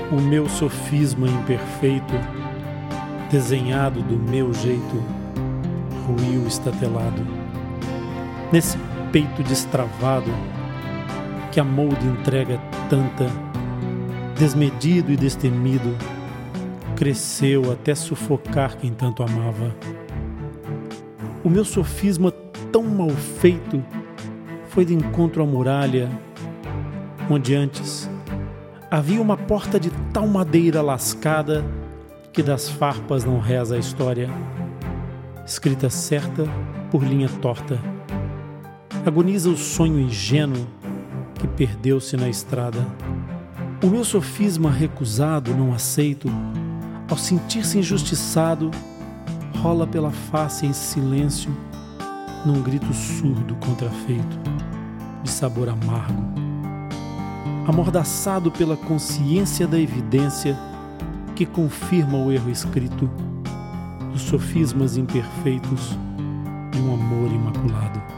O meu sofisma imperfeito, desenhado do meu jeito, ruiu estatelado. Nesse peito destravado, que a molde entrega tanta, desmedido e destemido, cresceu até sufocar quem tanto amava. O meu sofisma tão mal feito foi de encontro à muralha, onde antes havia uma porta de tal madeira lascada que das farpas não reza a história, escrita certa por linha torta. Agoniza o sonho ingênuo que perdeu-se na estrada. O meu sofisma recusado, não aceito, ao sentir-se injustiçado, rola pela face em silêncio, num grito surdo contrafeito, de sabor amargo. Amordaçado pela consciência da evidência que confirma o erro escrito dos sofismas imperfeitos de um amor imaculado.